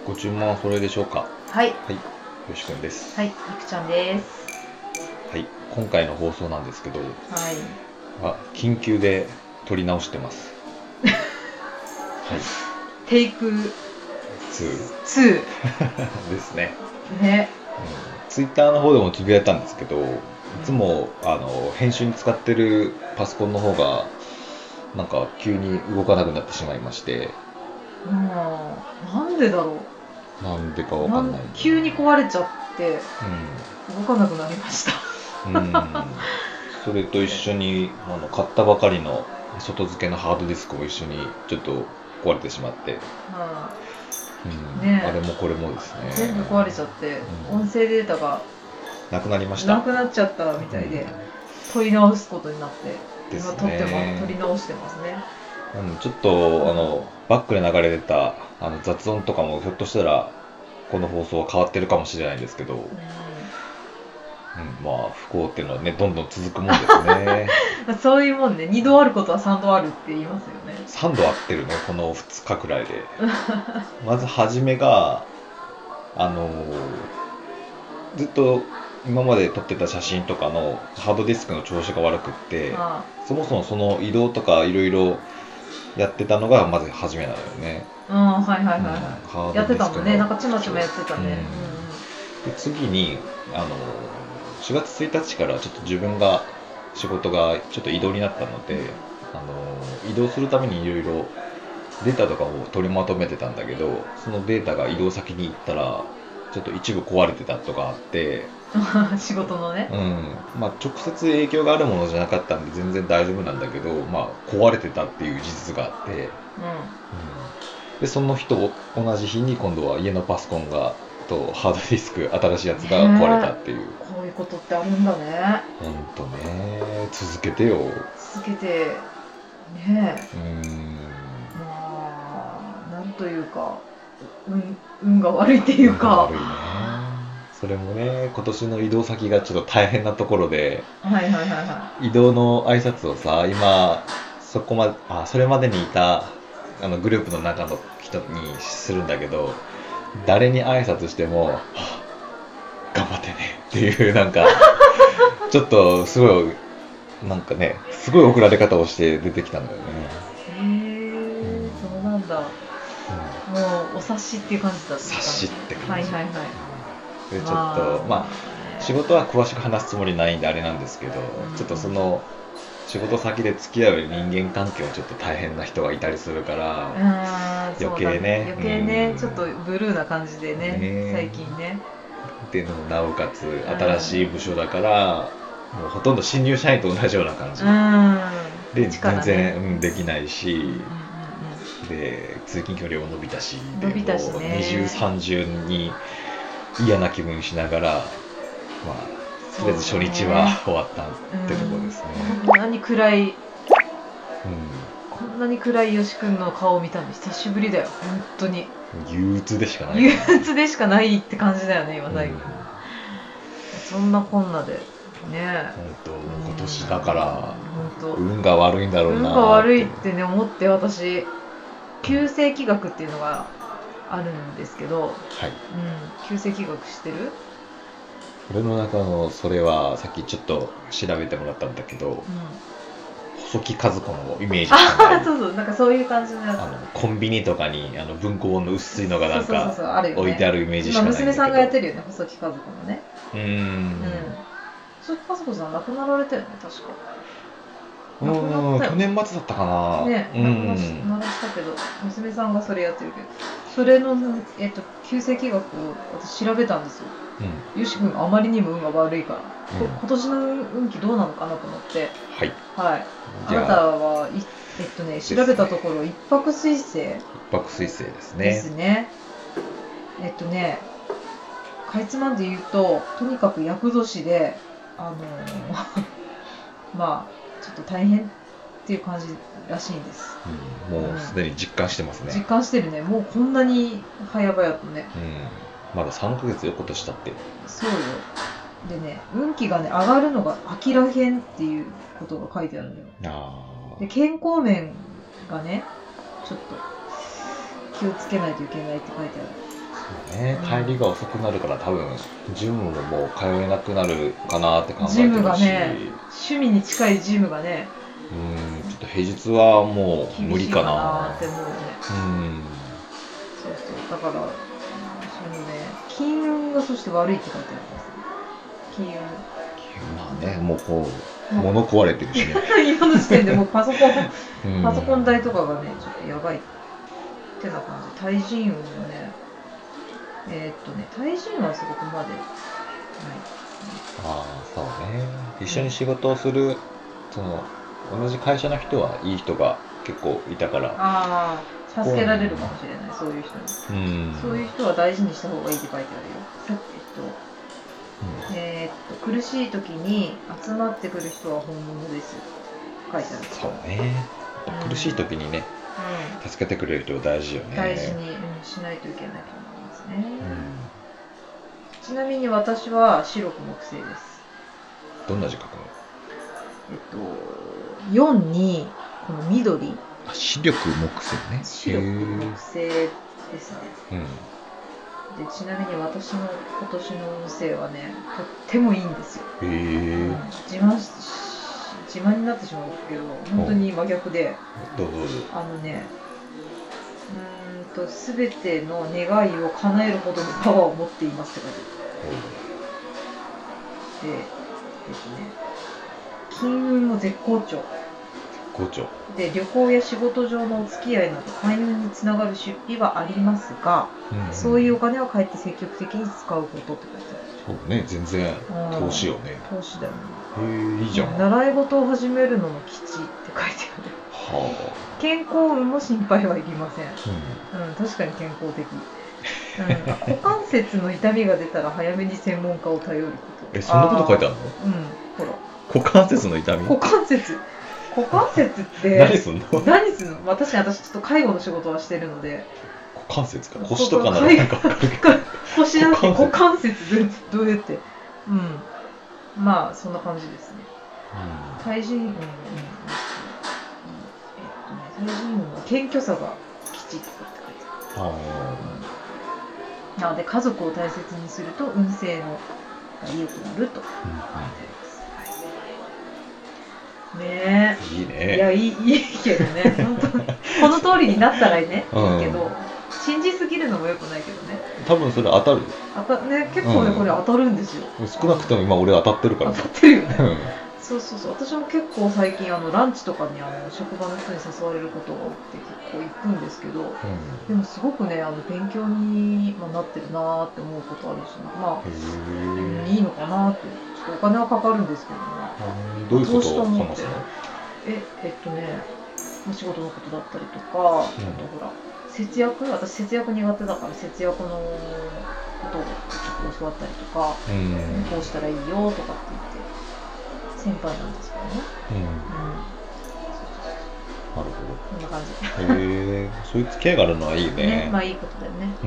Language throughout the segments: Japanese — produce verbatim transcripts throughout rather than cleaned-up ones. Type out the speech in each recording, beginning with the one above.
ご注文はそれでしょうか。 はい。 はい、よしくんです。 はい、いくちゃんです。 はい、今回の放送なんですけど、 はい。 あ、緊急で撮り直してます。はい。 テイクツーツーですね。 ね。 うん、ツイッターの方でもつぶやいたんですけど、いつもあの編集に使ってるパソコンの方がなんか急に動かなくなってしまいまして、 うん、なんでだろなんでかわう。なんかんない。 急に壊れちゃってう動かなくなりました。 ん。うん。それと一緒にあの買ったばかりの外付けのハードディスクも一緒にちょっと壊れてしまって、うん、 ねえあれもこれもですね。 全部壊れちゃって、 うん音声データがなくなりました。 なくなっちゃったみたいで、 うん取り直すことになって、 ですね今撮ってます取り直してますね。 うん、ちょっとあのバックで流れてたあの雑音とかもひょっとしたらこの放送は変わってるかもしれないんですけど、うん、まあ不幸っていうのはねどんどん続くもんですね。 うん、そういうもんね。二度あることは三度あるって言いますよね。 さんど合ってるねこのふつかくらいで。まず初めがあのずっと今まで撮ってた写真とかのハードディスクの調子が悪くって、 あそもそもその移動とかいろいろやってたのがまず初めなのよね。 あ、うん、はいはいはいうんはい。 ハードディスクのやってたもんね。なんかちまちまやってたね。 うんで次にあのしがつついたちからちょっと自分が仕事がちょっと移動になったので、あの移動するためにいろいろデータとかを取りまとめてたんだけど、そのデータが移動先に行ったらちょっと一部壊れてたとかあって、 うん、仕事のね。 うんまあ、直接影響があるものじゃなかったんで全然大丈夫なんだけど、まあ、壊れてたっていう事実があって、うん、でその日と同じ日に今度は家のパソコンがとハードディスク新しいやつが壊れたっていう、 ね、こういうことってあるんだね。 ほんとね続けてよ続けてねえ、 うんまあなんというか運運が悪いっていうか、 悪いね。それもね今年の移動先がちょっと大変なところで、 はいはいはいは移動の挨拶をさ今そこまであそれまでにいたあのグループの中の人にするんだけど、誰に挨拶しても、はあ、頑張ってねっていうなんかちょっとすごいなんかねすごい送られ方をして出てきたんだよね。 へえ、うん、そうなんだ、うん、もうお察しっていう感じだった。 察しって感じ。 はいはいはい。 でちょっとまあ、まあ、仕事は詳しく話すつもりないんであれなんですけど、うん、ちょっとその仕事先で付き合う人間関係はちょっと大変な人がいたりするから余計ね余計ね、うん、ちょっとブルーな感じで ね, ね最近ねでもなおかつ新しい部署だから、うん、もうほとんど新入社員と同じような感じ、うん、で全然、ねうん、できないし、うんうんうん、で通勤距離も伸びたし伸びたしね二重三重に嫌な気分しながら、まあとりあえず初日は終わったってとこですね。 うん、こんなに暗い、うん、こんなに暗いよし君の顔を見たの久しぶりだよ本当に。 憂鬱でしかない。 憂鬱でしかないって感じだよね今最近、うん、そんなこんなでね。 本当今年だから運が悪いんだろうな。 運が悪いってね思って、私旧世紀学っていうのがあるんですけど、はい、うん、旧世紀学知ってる？ 俺の中のそれはさっきちょっと調べてもらったんだけど、うん、細木数子のイメージしかない。 あそうそうなんかそういう感じのやつ。 あのコンビニとかにあの文庫本の薄いのがなんか置いてあるイメージしかないんだけど。 娘さんがやってるよね細木数子のね。 うーん、うん、 細木数子さん亡くなられたよね確か。 うん去年末だったかな。 ね、亡くならしたけど、娘さんがそれやってるけど、それの、えっと、旧世紀学を私調べたんですよ。うん、よし君あまりにも運が悪いから、うん、今年の運気どうなのかなと思って。はい。はい。あなたは、えっとね、調べたところ、一泊水星。一泊水星ですね。 ですね。えっとね、かいつまんで言うと、とにかく厄年で、あのー、まあ、ちょっと大変っていう感じらしいんです、 うん、もうすでに実感してますね、 うん、実感してるね。もうこんなに早々とね、 うん、まださんかげつよ今年だって。 そうよ。でね運気がね上がるのが秋らへんっていうことが書いてあるのよ。あで健康面がねちょっと気をつけないといけないって書いてある。 そうね、帰りが遅くなるから多分ジムももう通えなくなるかなって考えてるし、 ジムがね、趣味に近いジムがね、 うん、ちょっと平日はもう無理かな厳しいかなって思うよね。 うんそうそう、だから、そのね、金運がそして悪いって書いてあるんですよ。金運。 まあね、もうこう物壊れてるしね今の時点でもうパソコン、 うん、 パソコン代とかがね、ちょっとやばいってな感じ。対人運もね、えー、っとね、対人運はそこまでない。 ああそうね、一緒に仕事をするその同じ会社の人はいい人が結構いたから、 ああ、助けられるかもしれない、そういう人に。 うん、 そういう人は大事にした方がいいって書いてあるよ。さっき、えっと、えー、っと、苦しい時に集まってくる人は本物です。書いてある。 そうね、苦しい時にね、うん、助けてくれる人は大事よね。 大事に、うん、しないといけないと思いますね。うん、ちなみに私は白く木星です。どんな字書くの？ えっと、よんにこの緑。 あ、視力木星ね。 視力木星ですね。 うん、 でちなみに私の今年の運勢はね、とってもいいんですよ。 へー、うん、 自慢し自慢になってしまうけど、本当に真逆で、 どうぞどうぞ。あのね、うーんと全ての願いを叶えるほどのパワーを持っていますって書いてある。で、えっとね、金運も絶好調。 絶好調。で、 旅行や仕事上のお付き合いなど開運につながる出費はありますが、うんうん、そういうお金はかえって積極的に使うことって書いてある。 そうね、全然投資よね。 投資だよね。 へえ、いいじゃん。 習い事を始めるのも吉って書いてある。はあ。健康運も心配はいりません。うん、うん、確かに健康的。うん、股関節の痛みが出たら早めに専門家を頼ること。 え、そんなこと書いてあるの？ うん、ほら。 股関節の痛み？ 股関節。股関節って何すんの？ 何すんの？まあ、確かに私ちょっと介護の仕事はしてるので。 股関節か、腰とかならなんか腰じゃなくて股関節どうやって。うん。まあそんな感じですね。うん、対人運、うん、えっとね、対人運は謙虚さが吉って書いてある。あ、なので家族を大切にすると運勢のが良くなると書いてあります。うん、はい、ねえ。 いいね。 いや、いい、いいけどね。本当にこの通りになったらね、うん、いいけど、信じすぎるのも良くないけどね。 多分それ当たる。 当たね、結構ね、うん、これ当たるんですよ。 少なくとも今俺当たってるから。 当たってるよね。そうそうそう。私も結構最近あのランチとかにあの職場の人に誘われることが多くて結構行くんですけど、うん、でもすごくねあの勉強に、まあ、なってるなーって思うことあるし、まあ、うん、いいのかなって。ちょっとお金はかかるんですけどね。 どういうことを話すの？ え、えっとね、仕事のことだったりとか、うん、あとほら節約、私節約苦手だから節約のことをちょっと教わったりとか、うん、こうしたらいいよとかって言って先輩なんですけどね。うん。うん、 なるほど。 こんな感じ。 へえ、そういう付き合いがあるのはいいね。 ね、まあいいことだよね。うん。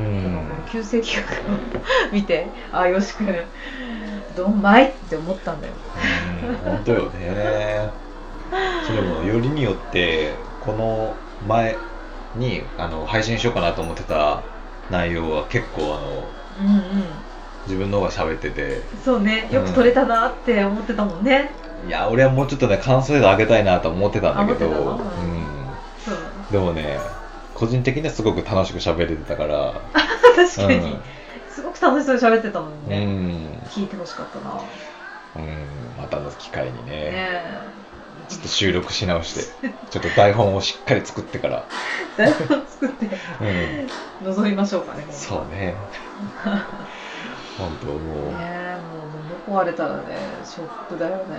旧世紀学を見て、あ、よしくん、どんまいって思ったんだよ。 うん、本当よね。それもよりによってこの前にあの配信しようかなと思ってた内容は結構あの、うんうん、自分の方が喋ってて、 そうね、よく撮れたなって思ってたもんね。 うん、いや俺はもうちょっとね完成度上げたいなと思ってたんだけど、うん、でもね個人的にはすごく楽しく喋れてたから確かに、うん、すごく楽しそうに喋ってたもんね、うん、聞いてほしかったな。 うん、またの機会にね、 ねちょっと収録し直してちょっと台本をしっかり作ってから台本作って、うん、臨みましょうかね。 そうね本当もうね、もう物壊れたらねショックだよね。そうね。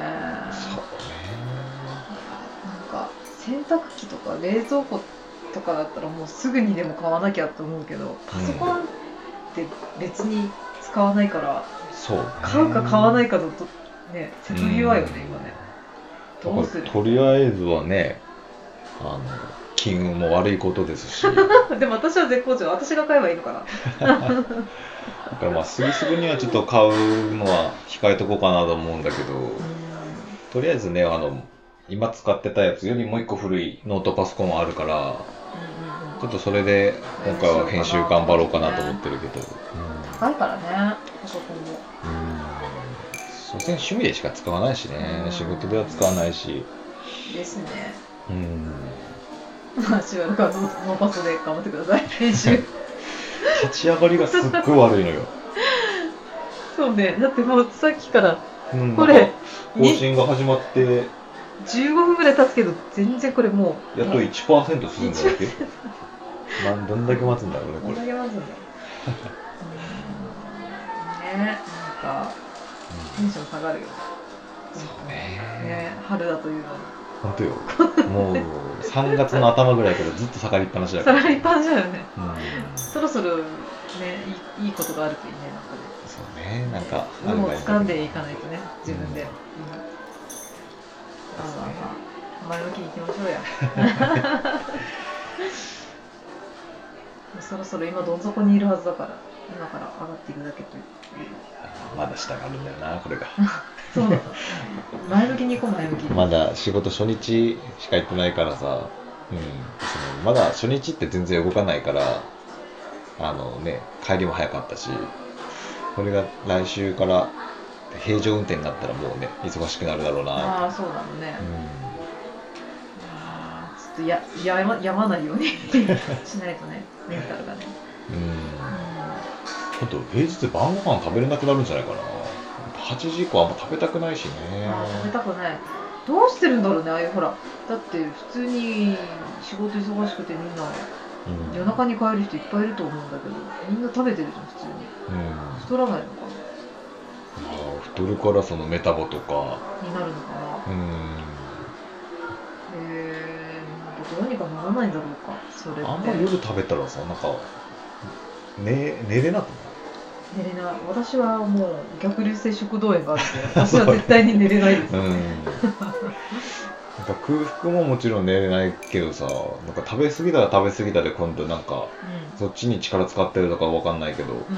なんか洗濯機とか冷蔵庫とかだったらもうすぐにでも買わなきゃと思うけど、パソコンって別に使わないから、うん、そうね、買うか買わないかだとね瀬戸際よね、うん、今ね。どうする？ とりあえずはね、あの金運も悪いことですしでも私は絶好調。私が買えばいいのかなだからまあすぐすぐにはちょっと買うのは控えとこうかなと思うんだけど、とりあえずねあの今使ってたやつよりもう一個古いノートパソコンあるから、 ちょっとそれで今回は編集頑張ろうかなと思ってるけど、うん、 高いからねパソコンも。 うん、所詮趣味でしか使わないしね、うん、仕事では使わないしですね。 うん。 まあしばらくはノーパソで頑張ってください編集立ち上がりがすっごい悪いのよそうね、だってもうさっきから、 うん、 これ更新が始まってじゅうごふんぐらい経つけど全然これもうやっと いちパーセント 進んだわけよなんどんだけ待つんだろうねこれ。 どんだけ待つんだろうね、なんかテンション下がるよ。 そうねね、春だというのに。 本当よもうさんがつの頭ぐらいからずっと下がりっぱなしだから。 下がりっぱなしだよね、 うん、 そろそろねいい、いいことがあるといいね。なんかね、 そうね、なんか運を掴んでいかないとね、自分で、うんうん、まあまあまあ前向きにいきましょうやそろそろ今どん底にいるはずだから今から上がっていくだけという。 まだ下があるんだよなこれがそうだ前向きに行こう前向きに。 まだ仕事初日しか行ってないからさ、うん、そのまだ初日って全然動かないからあのね帰りも早かったし、これが来週から平常運転になったらもうね忙しくなるだろうな。 ああそうだろうね、うん、あちょっとややまやまないようにしないとねメンタルがね。うん、 あと平日晩ご飯食べれなくなるんじゃないかな。はちじ以降あんま食べたくないしね。 あ食べたくない。どうしてるんだろうねああいうほら。だって普通に仕事忙しくてみんな、うん、夜中に帰る人いっぱいいると思うんだけどみんな食べてるじゃん普通に、うん、太らないのかな。 まあ太るからそのメタボとかになるのかな。うんへえー、どうにかならないんだろうかそれって。 あんま夜食べたらさなんか寝寝れなくない？ 寝れない。私はもう逆流性食道炎があるんで私は絶対に寝れないです、ね、うんなんか空腹ももちろん寝れないけどさ、なんか食べ過ぎたら食べ過ぎたで今度なんか、うん、そっちに力使ってるとかわかんないけど、うんうん、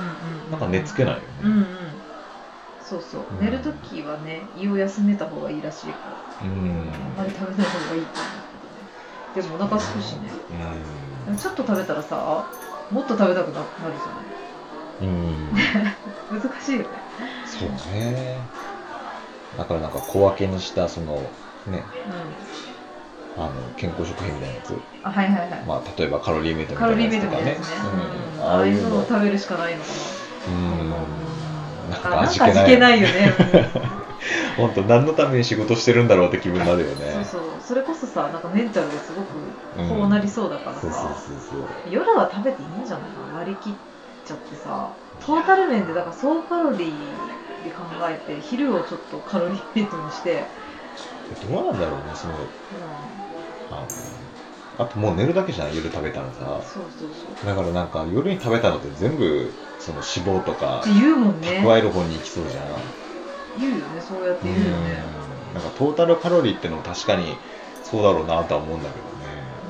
なんか寝つけないよね、うんうん、 そうそう、うん、寝るときはね胃を休めた方がいいらしいから、うん、あんまり食べない方がいいと思うけどね。でもお腹すくしね、うん、ちょっと食べたらさもっと食べたくなるじゃない。うん難しいよね。 そうね。だからなんか小分けにしたそのね、うん、あの健康食品みたいなやつ。 あはいはいはい。 まあ例えばカロリーメイトみたいなやつとかね。 うん、ああいうのを食べるしかないのかな。うん。 なんか味気ない。 味気ないよね。 本当何のために仕事してるんだろうって気分になるよね。 そうそう。それこそさなんかメンタルがすごくこうなりそうだからさ。そうそうそうそう。夜は食べていいんじゃないかな。割り切ちゃってさ。トータル面でだから総カロリーで考えて昼をちょっとカロリーメイトにしてどうなんだろうねその、うん、あ, あともう寝るだけじゃん夜食べたらさ。そうそうそう。だからなんか夜に食べたのって全部その脂肪とかって言うもんね。 蓄える方に行きそうじゃん。 言うよねそうやって言うよね。 うんなんかトータルカロリーってのも確かにそうだろうなとは思うんだけどね。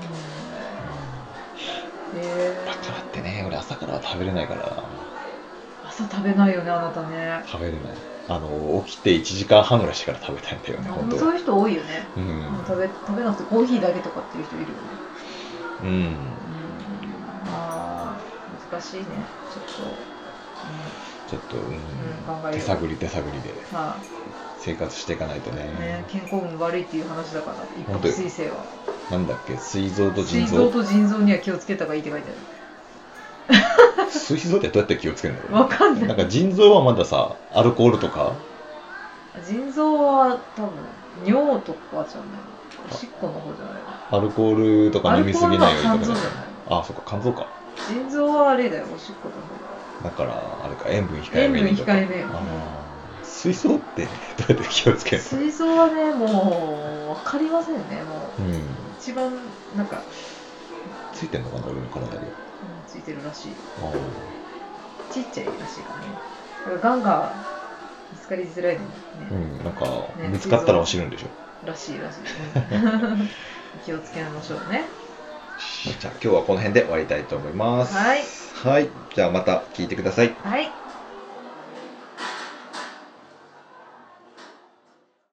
うんうん、へえ。だからってね俺朝からは食べれないから。 朝食べないよねあなたね。 食べれない。あの起きていちじかんはんぐらいしてから食べたいんだよね。本当そういう人多いよね。うん、食べ食べなくてコーヒーだけとかっていう人いるよね。うん。うん、あ難しいねちょっと。うん、 ちょっと、うんうん、手探り手探りで生活していかないと ね, ね健康運悪いっていう話だから一泊水星は。 なんだっけ膵臓と腎臓。 膵臓と腎臓には気をつけた方がいいって書いてある。 膵臓ってどうやって気をつけるの？ わかんない。 なんか腎臓はまださアルコールとか。 腎臓は多分尿とかじゃないおしっこの方じゃないアルコールとか飲みすぎないようにとか、ね、 肝臓じゃない。 あそっか肝臓か。 腎臓はあれだよおしっこの方だからあれか塩分控えめにとか。 塩分控えめよ。 膵臓ってどうやって気をつけるの？ 膵臓はねもう分かりませんねもう、うん、一番なんかついてんのかな俺の体に。 ついてるらしい。ちっちゃいらしいからね。だからガンが見つかりづらいのね。 うん、なんか、ね、見つかったら落ちるんでしょ。 らしいらしい。気をつけましょうね。 じゃあ今日はこの辺で終わりたいと思います。 はい。 はい。じゃあまた聞いてください。 はい。